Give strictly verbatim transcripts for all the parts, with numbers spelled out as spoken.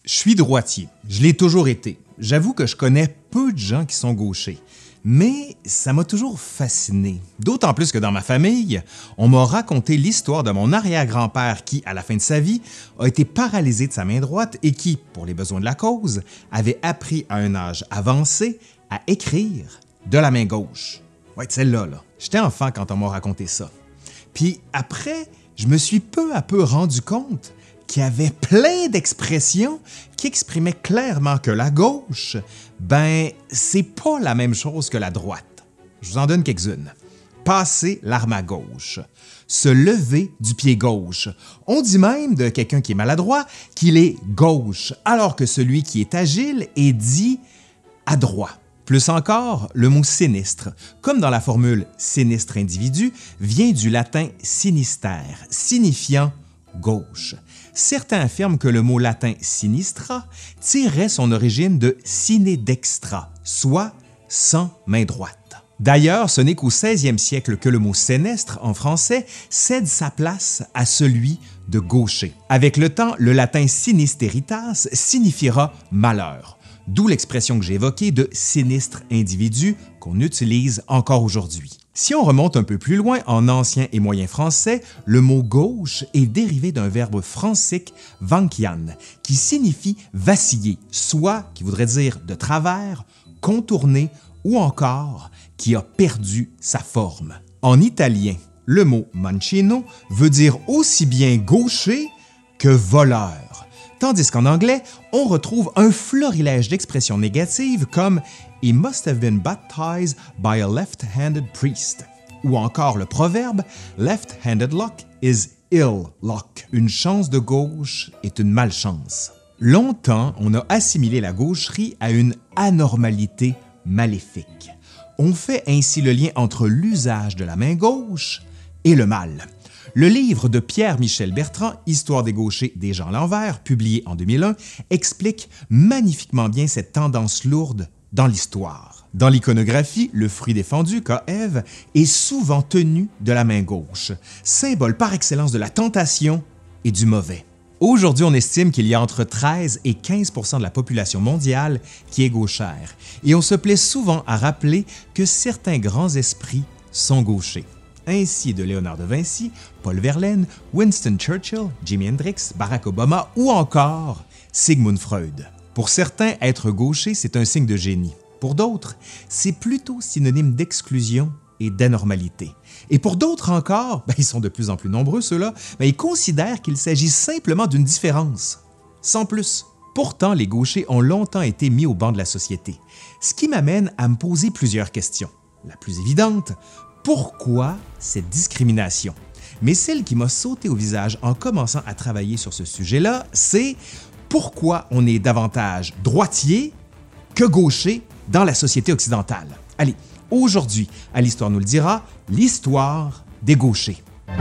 Je suis droitier, je l'ai toujours été. J'avoue que je connais peu de gens qui sont gauchers, mais ça m'a toujours fasciné. D'autant plus que dans ma famille, on m'a raconté l'histoire de mon arrière-grand-père qui, à la fin de sa vie, a été paralysé de sa main droite et qui, pour les besoins de la cause, avait appris à un âge avancé à écrire de la main gauche. Ouais, celle-là, là. J'étais enfant quand on m'a raconté ça. Puis après, je me suis peu à peu rendu compte qu'il y avait plein d'expressions qui exprimaient clairement que la gauche, ben, c'est pas la même chose que la droite. Je vous en donne quelques-unes. Passer l'arme à gauche. Se lever du pied gauche. On dit même de quelqu'un qui est maladroit qu'il est gauche, alors que celui qui est agile est dit adroit. Plus encore, le mot sinistre, comme dans la formule sinistre individu, vient du latin sinister, signifiant gauche. Certains affirment que le mot latin sinistra tirait son origine de sine dextra, soit sans main droite. D'ailleurs, ce n'est qu'au seizième siècle que le mot sénestre en français cède sa place à celui de gaucher. Avec le temps, le latin sinisteritas signifiera malheur, d'où l'expression que j'ai évoquée de sinistre individu qu'on utilise encore aujourd'hui. Si on remonte un peu plus loin en ancien et moyen français, le mot gauche est dérivé d'un verbe francique vankian qui signifie vaciller, soit qui voudrait dire de travers, contourner ou encore qui a perdu sa forme. En italien, le mot mancino veut dire aussi bien gaucher que voleur. Tandis qu'en anglais, on retrouve un florilège d'expressions négatives comme « He must have been baptized by a left-handed priest » ou encore le proverbe « Left-handed luck is ill luck ». Une chance de gauche est une malchance. Longtemps, on a assimilé la gaucherie à une anormalité maléfique. On fait ainsi le lien entre l'usage de la main gauche et le mal. Le livre de Pierre-Michel Bertrand, Histoire des gauchers des gens à l'envers, publié en deux mille un, explique magnifiquement bien cette tendance lourde dans l'histoire. Dans l'iconographie, le fruit défendu, qu'a Ève, est souvent tenu de la main gauche, symbole par excellence de la tentation et du mauvais. Aujourd'hui, on estime qu'il y a entre treize et quinze pour cent de la population mondiale qui est gauchère, et on se plaît souvent à rappeler que certains grands esprits sont gauchers. Ainsi de Léonard de Vinci, Paul Verlaine, Winston Churchill, Jimi Hendrix, Barack Obama ou encore Sigmund Freud. Pour certains, être gaucher, c'est un signe de génie. Pour d'autres, c'est plutôt synonyme d'exclusion et d'anormalité. Et pour d'autres encore, ben, ils sont de plus en plus nombreux ceux-là, ben, ils considèrent qu'il s'agit simplement d'une différence, sans plus. Pourtant, les gauchers ont longtemps été mis au banc de la société, ce qui m'amène à me poser plusieurs questions. La plus évidente, pourquoi cette discrimination? Mais celle qui m'a sauté au visage en commençant à travailler sur ce sujet-là, c'est pourquoi on est davantage droitier que gaucher dans la société occidentale. Allez, aujourd'hui, à l'Histoire nous le dira, l'histoire des gauchers.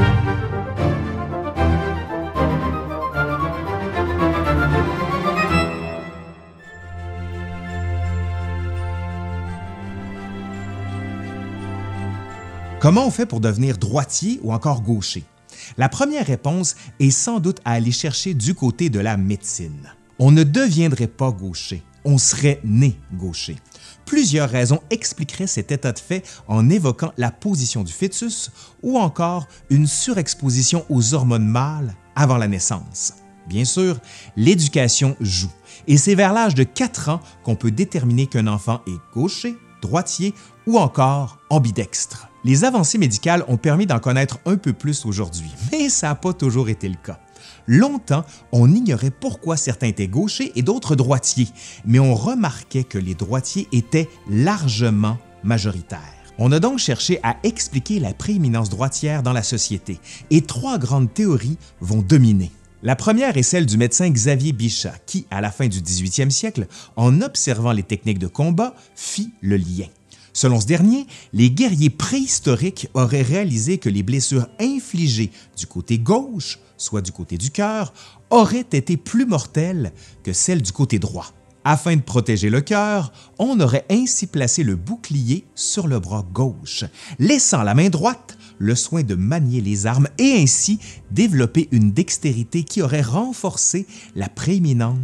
Comment on fait pour devenir droitier ou encore gaucher? La première réponse est sans doute à aller chercher du côté de la médecine. On ne deviendrait pas gaucher, on serait né gaucher. Plusieurs raisons expliqueraient cet état de fait en évoquant la position du fœtus ou encore une surexposition aux hormones mâles avant la naissance. Bien sûr, l'éducation joue, et c'est vers l'âge de quatre ans qu'on peut déterminer qu'un enfant est gaucher, droitier ou encore ambidextre. Les avancées médicales ont permis d'en connaître un peu plus aujourd'hui, mais ça n'a pas toujours été le cas. Longtemps, on ignorait pourquoi certains étaient gauchers et d'autres droitiers, mais on remarquait que les droitiers étaient largement majoritaires. On a donc cherché à expliquer la prééminence droitière dans la société, et trois grandes théories vont dominer. La première est celle du médecin Xavier Bichat, qui, à la fin du dix-huitième siècle, en observant les techniques de combat, fit le lien. Selon ce dernier, les guerriers préhistoriques auraient réalisé que les blessures infligées du côté gauche, soit du côté du cœur, auraient été plus mortelles que celles du côté droit. Afin de protéger le cœur, on aurait ainsi placé le bouclier sur le bras gauche, laissant la main droite le soin de manier les armes et ainsi développer une dextérité qui aurait renforcé la prééminence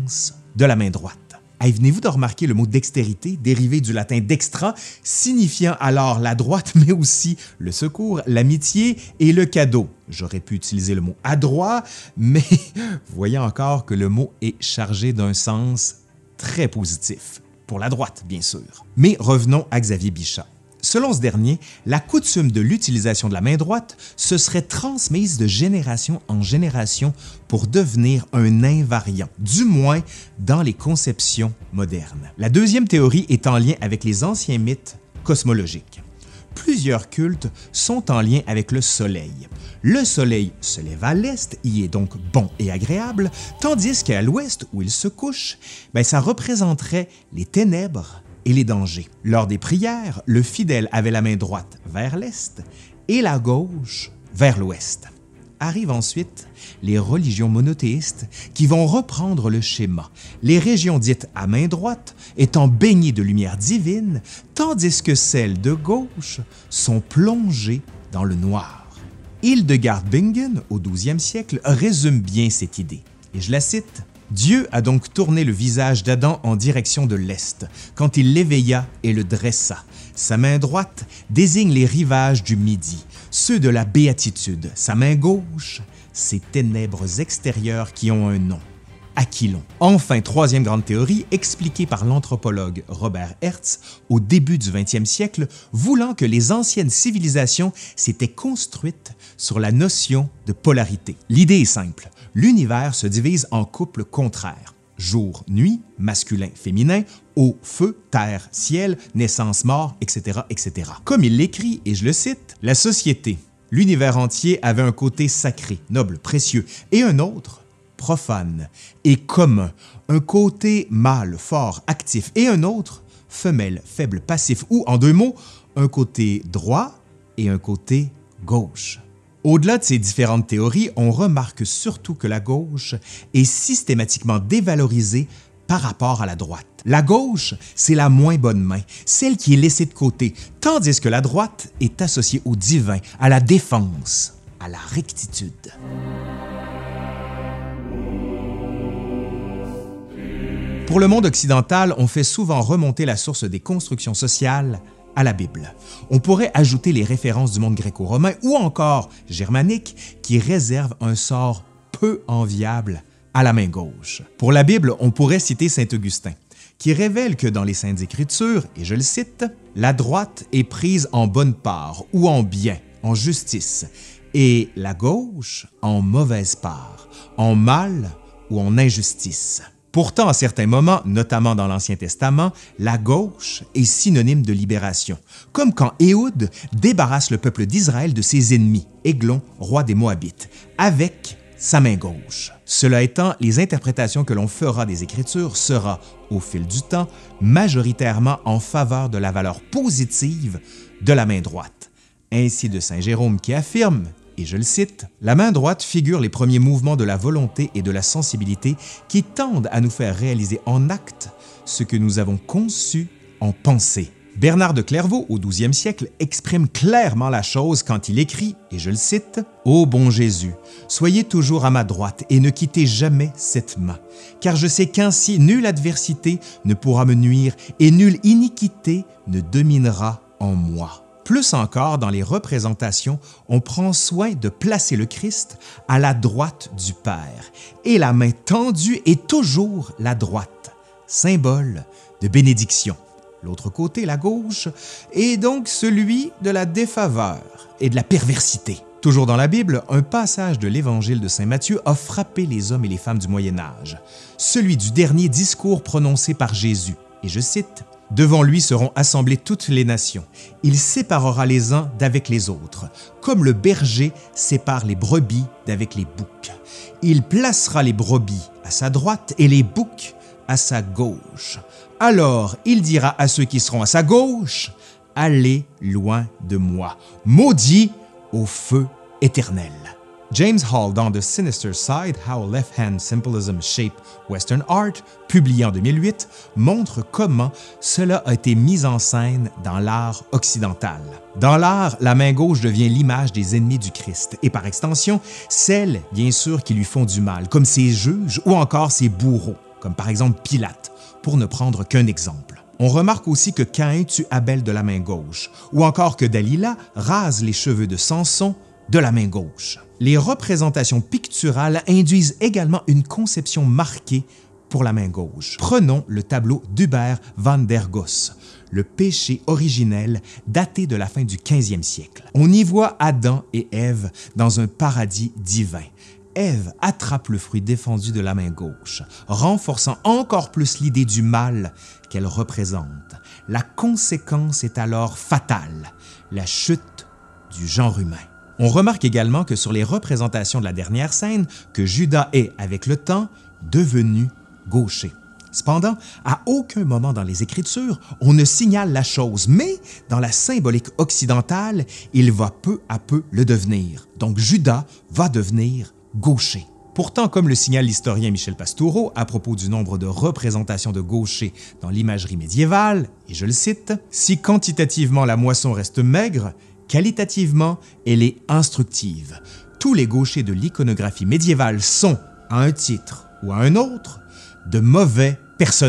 de la main droite. Hey, venez-vous de remarquer le mot dextérité, dérivé du latin dextra, signifiant alors la droite, mais aussi le secours, l'amitié et le cadeau. J'aurais pu utiliser le mot adroit, mais voyez encore que le mot est chargé d'un sens très positif. Pour la droite, bien sûr. Mais revenons à Xavier Bichat. Selon ce dernier, la coutume de l'utilisation de la main droite se serait transmise de génération en génération pour devenir un invariant, du moins dans les conceptions modernes. La deuxième théorie est en lien avec les anciens mythes cosmologiques. Plusieurs cultes sont en lien avec le soleil. Le soleil se lève à l'est, y est donc bon et agréable, tandis qu'à l'ouest, où il se couche, ben, ça représenterait les ténèbres et les dangers. Lors des prières, le fidèle avait la main droite vers l'est et la gauche vers l'ouest. Arrivent ensuite les religions monothéistes qui vont reprendre le schéma, les régions dites à main droite étant baignées de lumière divine, tandis que celles de gauche sont plongées dans le noir. Hildegard Bingen, au douzième siècle, résume bien cette idée, et je la cite. Dieu a donc tourné le visage d'Adam en direction de l'Est, quand il l'éveilla et le dressa. Sa main droite désigne les rivages du Midi, ceux de la béatitude. Sa main gauche, ces ténèbres extérieures qui ont un nom, Aquilon. Enfin, troisième grande théorie, expliquée par l'anthropologue Robert Hertz au début du vingtième siècle, voulant que les anciennes civilisations s'étaient construites sur la notion de polarité. L'idée est simple. L'univers se divise en couples contraires. Jour, nuit, masculin, féminin, eau, feu, terre, ciel, naissance, mort, et cetera, et cetera. Comme il l'écrit, et je le cite, « La société, l'univers entier avait un côté sacré, noble, précieux, et un autre, profane et commun, un côté mâle, fort, actif, et un autre, femelle, faible, passif, ou, en deux mots, un côté droit et un côté gauche. » Au-delà de ces différentes théories, on remarque surtout que la gauche est systématiquement dévalorisée par rapport à la droite. La gauche, c'est la moins bonne main, celle qui est laissée de côté, tandis que la droite est associée au divin, à la défense, à la rectitude. Pour le monde occidental, on fait souvent remonter la source des constructions sociales à la Bible. On pourrait ajouter les références du monde gréco-romain ou encore germanique qui réservent un sort peu enviable à la main gauche. Pour la Bible, on pourrait citer saint Augustin, qui révèle que dans les Saintes Écritures, et je le cite, « La droite est prise en bonne part ou en bien, en justice, et la gauche en mauvaise part, en mal ou en injustice. » Pourtant, à certains moments, notamment dans l'Ancien Testament, la gauche est synonyme de libération, comme quand Éhoud débarrasse le peuple d'Israël de ses ennemis, Églon, roi des Moabites, avec sa main gauche. Cela étant, les interprétations que l'on fera des Écritures sera, au fil du temps, majoritairement en faveur de la valeur positive de la main droite. Ainsi de saint Jérôme qui affirme, et je le cite, « La main droite figure les premiers mouvements de la volonté et de la sensibilité qui tendent à nous faire réaliser en acte ce que nous avons conçu en pensée. » Bernard de Clairvaux, au douzième siècle, exprime clairement la chose quand il écrit, et je le cite, « Ô bon Jésus, soyez toujours à ma droite et ne quittez jamais cette main, car je sais qu'ainsi nulle adversité ne pourra me nuire et nulle iniquité ne dominera en moi. » Plus encore, dans les représentations, on prend soin de placer le Christ à la droite du Père, et la main tendue est toujours la droite, symbole de bénédiction. L'autre côté, la gauche, est donc celui de la défaveur et de la perversité. Toujours dans la Bible, un passage de l'Évangile de saint Matthieu a frappé les hommes et les femmes du Moyen Âge, celui du dernier discours prononcé par Jésus, et je cite, « Devant lui seront assemblées toutes les nations. Il séparera les uns d'avec les autres, comme le berger sépare les brebis d'avec les boucs. Il placera les brebis à sa droite et les boucs à sa gauche. Alors il dira à ceux qui seront à sa gauche, « Allez loin de moi, maudits au feu éternel. » James Hall, dans The Sinister Side, How Left-Hand Symbolism Shape Western Art, publié en deux mille huit, montre comment cela a été mis en scène dans l'art occidental. Dans l'art, la main gauche devient l'image des ennemis du Christ et par extension, celles, bien sûr, qui lui font du mal, comme ses juges ou encore ses bourreaux. comme par exemple Pilate, pour ne prendre qu'un exemple. On remarque aussi que Caïn tue Abel de la main gauche, ou encore que Dalila rase les cheveux de Samson de la main gauche. Les représentations picturales induisent également une conception marquée pour la main gauche. Prenons le tableau d'Hubert van der Goes, Le péché originel, daté de la fin du quinzième siècle. On y voit Adam et Ève dans un paradis divin. Ève attrape le fruit défendu de la main gauche, renforçant encore plus l'idée du mal qu'elle représente. La conséquence est alors fatale, la chute du genre humain. On remarque également que sur les représentations de la dernière scène, que Judas est, avec le temps, devenu gaucher. Cependant, à aucun moment dans les Écritures, on ne signale la chose, mais dans la symbolique occidentale, il va peu à peu le devenir. Donc Judas va devenir gaucher. Pourtant, comme le signale l'historien Michel Pastoureau à propos du nombre de représentations de gauchers dans l'imagerie médiévale, et je le cite, « Si quantitativement la moisson reste maigre, qualitativement, elle est instructive. Tous les gauchers de l'iconographie médiévale sont, à un titre ou à un autre, de mauvais personnages. »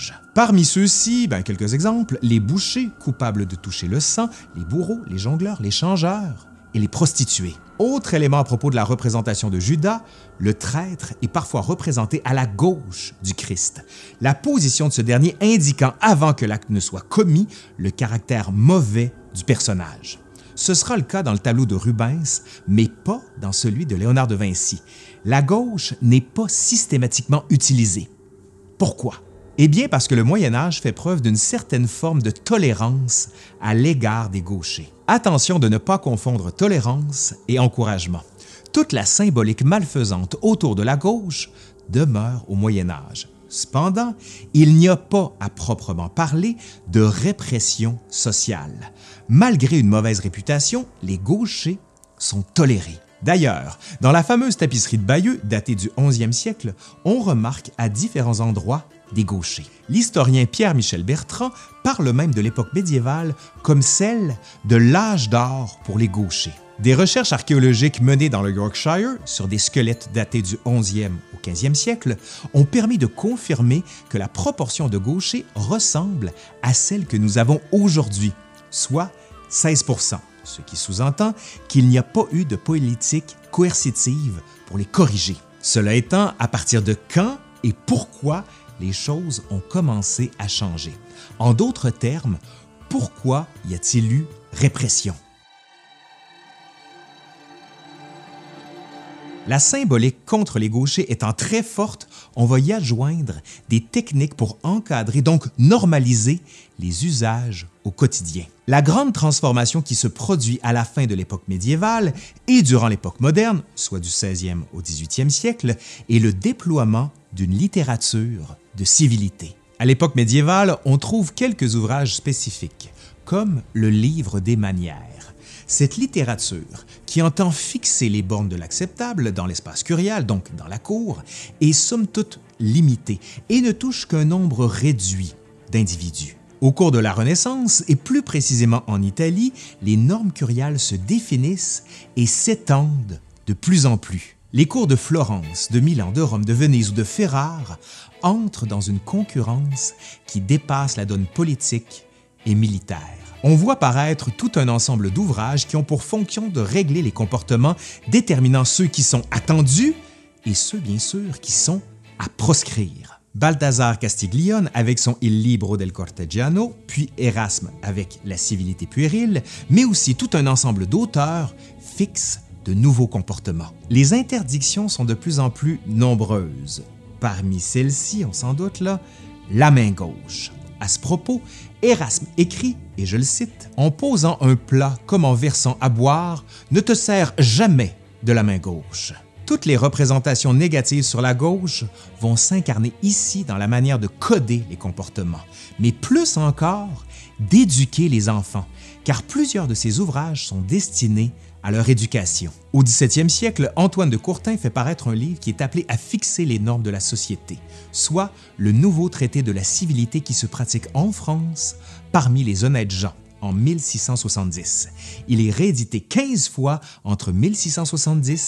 Parmi ceux-ci, ben, quelques exemples, les bouchers, coupables de toucher le sang, les bourreaux, les jongleurs, les changeurs et les prostituées. Autre élément à propos de la représentation de Judas, le traître est parfois représenté à la gauche du Christ, la position de ce dernier indiquant, avant que l'acte ne soit commis, le caractère mauvais du personnage. Ce sera le cas dans le tableau de Rubens, mais pas dans celui de Léonard de Vinci. La gauche n'est pas systématiquement utilisée. Pourquoi? Eh bien parce que le Moyen Âge fait preuve d'une certaine forme de tolérance à l'égard des gauchers. Attention de ne pas confondre tolérance et encouragement. Toute la symbolique malfaisante autour de la gauche demeure au Moyen Âge. Cependant, il n'y a pas à proprement parler de répression sociale. Malgré une mauvaise réputation, les gauchers sont tolérés. D'ailleurs, dans la fameuse tapisserie de Bayeux, datée du onzième siècle, on remarque à différents endroits des gauchers. L'historien Pierre-Michel Bertrand parle même de l'époque médiévale comme celle de l'âge d'or pour les gauchers. Des recherches archéologiques menées dans le Yorkshire sur des squelettes datés du onzième au quinzième siècle ont permis de confirmer que la proportion de gauchers ressemble à celle que nous avons aujourd'hui, soit seize pour cent, ce qui sous-entend qu'il n'y a pas eu de politique coercitive pour les corriger. Cela étant, à partir de quand et pourquoi les choses ont commencé à changer? En d'autres termes, pourquoi y a-t-il eu répression? La symbolique contre les gauchers étant très forte, on va y adjoindre des techniques pour encadrer, donc normaliser, les usages au quotidien. La grande transformation qui se produit à la fin de l'époque médiévale et durant l'époque moderne, soit du seizième au dix-huitième siècle, est le déploiement d'une littérature de civilité. À l'époque médiévale, on trouve quelques ouvrages spécifiques, comme le Livre des manières. Cette littérature, qui entend fixer les bornes de l'acceptable dans l'espace curial, donc dans la cour, est somme toute limitée et ne touche qu'un nombre réduit d'individus. Au cours de la Renaissance, et plus précisément en Italie, les normes curiales se définissent et s'étendent de plus en plus. Les cours de Florence, de Milan, de Rome, de Venise ou de Ferrare entrent dans une concurrence qui dépasse la donne politique et militaire. On voit paraître tout un ensemble d'ouvrages qui ont pour fonction de régler les comportements, déterminant ceux qui sont attendus et ceux, bien sûr, qui sont à proscrire. Balthazar Castiglione avec son Il libro del cortegiano, puis Erasme avec La civilité puérile, mais aussi tout un ensemble d'auteurs fixent de nouveaux comportements. Les interdictions sont de plus en plus nombreuses. Parmi celles-ci, on s'en doute là, la main gauche. À ce propos, Erasme écrit, et je le cite, « En posant un plat comme en versant à boire, ne te sers jamais de la main gauche. » Toutes les représentations négatives sur la gauche vont s'incarner ici dans la manière de coder les comportements, mais plus encore, d'éduquer les enfants, car plusieurs de ces ouvrages sont destinés à leur éducation. Au dix-septième siècle, Antoine de Courtin fait paraître un livre qui est appelé à fixer les normes de la société, soit le nouveau traité de la civilité qui se pratique en France parmi les honnêtes gens en mille six cent soixante-dix. Il est réédité quinze fois entre mille six cent soixante-dix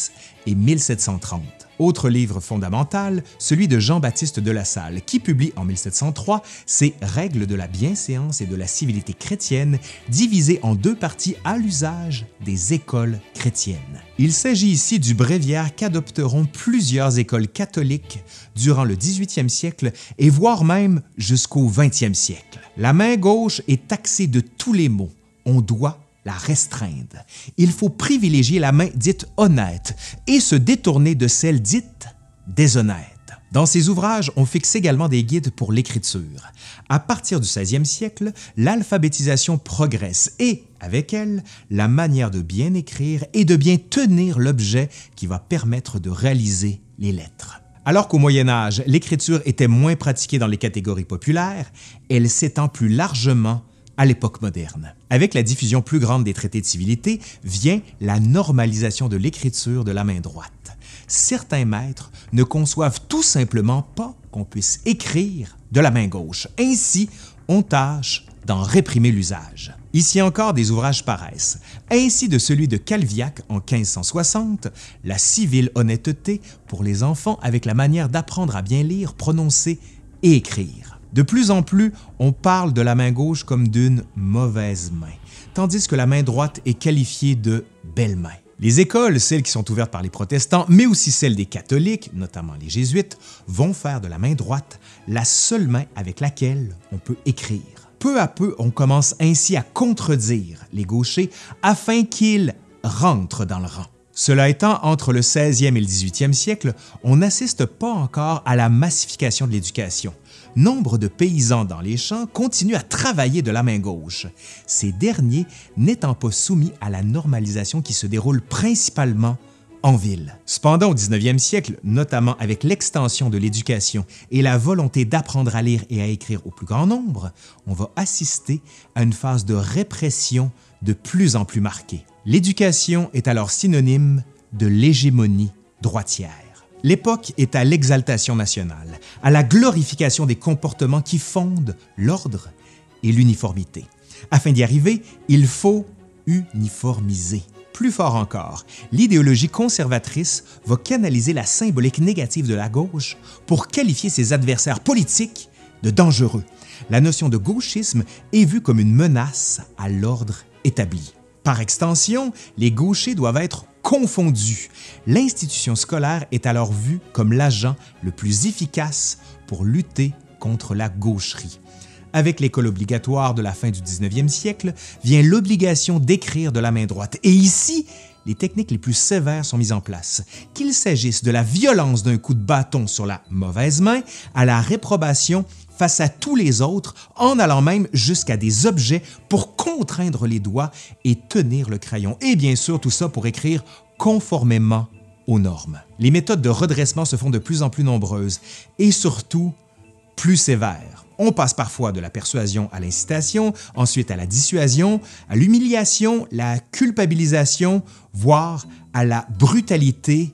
et mille sept cent trente. Autre livre fondamental, celui de Jean-Baptiste de La Salle, qui publie en mille sept cent trois ses Règles de la bienséance et de la civilité chrétienne, divisées en deux parties à l'usage des écoles chrétiennes. Il s'agit ici du bréviaire qu'adopteront plusieurs écoles catholiques durant le dix-huitième siècle et voire même jusqu'au vingtième siècle. La main gauche est taxée de tous les maux. On doit la restreindre. Il faut privilégier la main dite honnête et se détourner de celle dite déshonnête. Dans ces ouvrages, on fixe également des guides pour l'écriture. À partir du seizième siècle, l'alphabétisation progresse et, avec elle, la manière de bien écrire et de bien tenir l'objet qui va permettre de réaliser les lettres. Alors qu'au Moyen Âge, l'écriture était moins pratiquée dans les catégories populaires, elle s'étend plus largement à l'époque moderne. Avec la diffusion plus grande des traités de civilité vient la normalisation de l'écriture de la main droite. Certains maîtres ne conçoivent tout simplement pas qu'on puisse écrire de la main gauche. Ainsi, on tâche d'en réprimer l'usage. Ici encore, des ouvrages paraissent, ainsi de celui de Calviac en quinze cent soixante, « La civile honnêteté pour les enfants avec la manière d'apprendre à bien lire, prononcer et écrire ». De plus en plus, on parle de la main gauche comme d'une mauvaise main, tandis que la main droite est qualifiée de belle main. Les écoles, celles qui sont ouvertes par les protestants, mais aussi celles des catholiques, notamment les jésuites, vont faire de la main droite la seule main avec laquelle on peut écrire. Peu à peu, on commence ainsi à contredire les gauchers afin qu'ils rentrent dans le rang. Cela étant, entre le seizième et le dix-huitième siècle, on n'assiste pas encore à la massification de l'éducation. Nombre de paysans dans les champs continuent à travailler de la main gauche, ces derniers n'étant pas soumis à la normalisation qui se déroule principalement en ville. Cependant, au dix-neuvième siècle, notamment avec l'extension de l'éducation et la volonté d'apprendre à lire et à écrire au plus grand nombre, on va assister à une phase de répression de plus en plus marquée. L'éducation est alors synonyme de l'hégémonie droitière. L'époque est à l'exaltation nationale, à la glorification des comportements qui fondent l'ordre et l'uniformité. Afin d'y arriver, il faut uniformiser. Plus fort encore, l'idéologie conservatrice va canaliser la symbolique négative de la gauche pour qualifier ses adversaires politiques de dangereux. La notion de gauchisme est vue comme une menace à l'ordre établi. Par extension, les gauchers doivent être confondus. L'institution scolaire est alors vue comme l'agent le plus efficace pour lutter contre la gaucherie. Avec l'école obligatoire de la fin du dix-neuvième siècle vient l'obligation d'écrire de la main droite. Et ici, les techniques les plus sévères sont mises en place, qu'il s'agisse de la violence d'un coup de bâton sur la mauvaise main à la réprobation face à tous les autres, en allant même jusqu'à des objets pour contraindre les doigts et tenir le crayon. Et bien sûr, tout ça pour écrire conformément aux normes. Les méthodes de redressement se font de plus en plus nombreuses et surtout plus sévères. On passe parfois de la persuasion à l'incitation, ensuite à la dissuasion, à l'humiliation, la culpabilisation, voire à la brutalité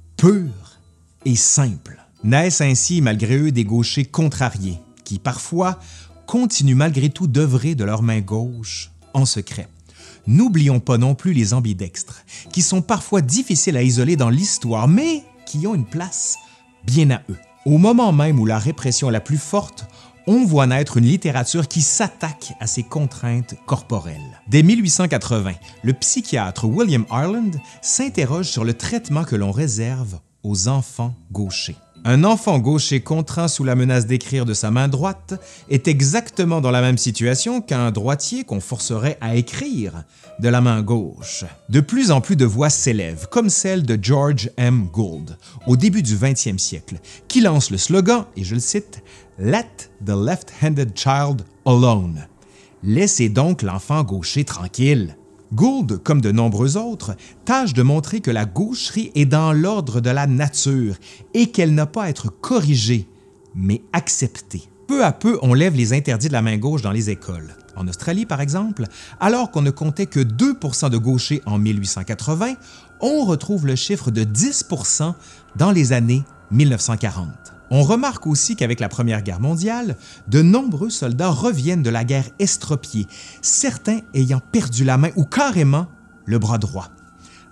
pure et simple. Naissent ainsi, malgré eux, des gauchers contrariés, qui parfois continuent malgré tout d'œuvrer de leur main gauche en secret. N'oublions pas non plus les ambidextres, qui sont parfois difficiles à isoler dans l'histoire, mais qui ont une place bien à eux. Au moment même où la répression est la plus forte, on voit naître une littérature qui s'attaque à ces contraintes corporelles. Dès mille huit cent quatre-vingts, le psychiatre William Ireland s'interroge sur le traitement que l'on réserve aux enfants gauchers. Un enfant gaucher contraint sous la menace d'écrire de sa main droite est exactement dans la même situation qu'un droitier qu'on forcerait à écrire de la main gauche. De plus en plus de voix s'élèvent, comme celle de George M. Gould, au début du vingtième siècle, qui lance le slogan, et je le cite, « Let the left-handed child alone ». Laissez donc l'enfant gaucher tranquille. Gould, comme de nombreux autres, tâche de montrer que la gaucherie est dans l'ordre de la nature et qu'elle n'a pas à être corrigée, mais acceptée. Peu à peu, on lève les interdits de la main gauche dans les écoles. En Australie, par exemple, alors qu'on ne comptait que deux pour cent de gauchers en mille huit cent quatre-vingts, on retrouve le chiffre de dix pour cent dans les années mille neuf cent quarante. On remarque aussi qu'avec la Première Guerre mondiale, de nombreux soldats reviennent de la guerre estropiés, certains ayant perdu la main ou carrément le bras droit.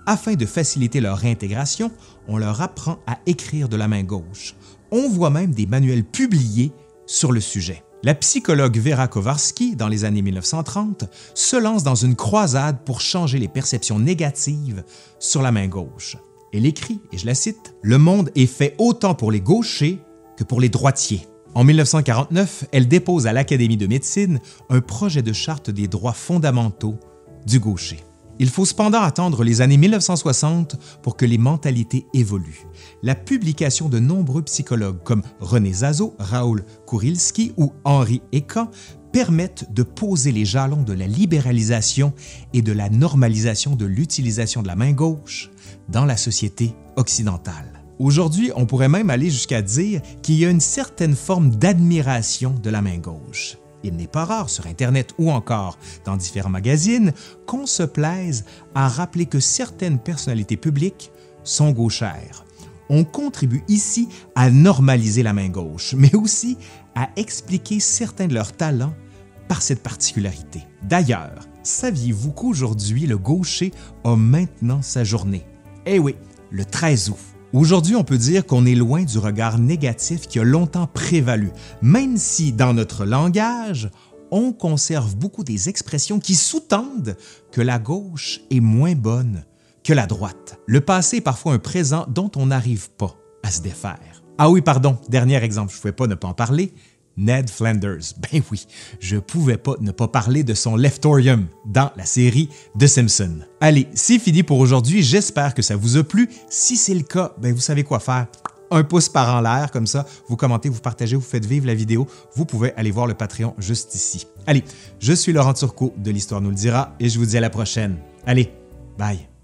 Afin de faciliter leur réintégration, on leur apprend à écrire de la main gauche. On voit même des manuels publiés sur le sujet. La psychologue Vera Kowarski, dans les années mille neuf cent trente, se lance dans une croisade pour changer les perceptions négatives sur la main gauche. Elle écrit, et je la cite, « Le monde est fait autant pour les gauchers que pour les droitiers ». En mille neuf cent quarante-neuf, elle dépose à l'Académie de médecine un projet de charte des droits fondamentaux du gaucher. Il faut cependant attendre les années mille neuf cent soixante pour que les mentalités évoluent. La publication de nombreux psychologues comme René Zazo, Raoul Kurilski ou Henri Eka permettent de poser les jalons de la libéralisation et de la normalisation de l'utilisation de la main gauche dans la société occidentale. Aujourd'hui, on pourrait même aller jusqu'à dire qu'il y a une certaine forme d'admiration de la main gauche. Il n'est pas rare sur Internet ou encore dans différents magazines qu'on se plaise à rappeler que certaines personnalités publiques sont gauchères. On contribue ici à normaliser la main gauche, mais aussi à expliquer certains de leurs talents par cette particularité. D'ailleurs, saviez-vous qu'aujourd'hui, le gaucher a maintenant sa journée? Eh oui, le treize août. Aujourd'hui, on peut dire qu'on est loin du regard négatif qui a longtemps prévalu, même si, dans notre langage, on conserve beaucoup des expressions qui sous-tendent que la gauche est moins bonne que la droite. Le passé est parfois un présent dont on n'arrive pas à se défaire. Ah oui, pardon, dernier exemple, je ne pouvais pas ne pas en parler, Ned Flanders. Ben oui, je pouvais pas ne pas parler de son Leftorium dans la série The Simpsons. Allez, c'est fini pour aujourd'hui, j'espère que ça vous a plu. Si c'est le cas, ben vous savez quoi faire. Un pouce par en l'air, comme ça, vous commentez, vous partagez, vous faites vivre la vidéo. Vous pouvez aller voir le Patreon juste ici. Allez, je suis Laurent Turcot de l'Histoire nous le dira et je vous dis à la prochaine. Allez, bye!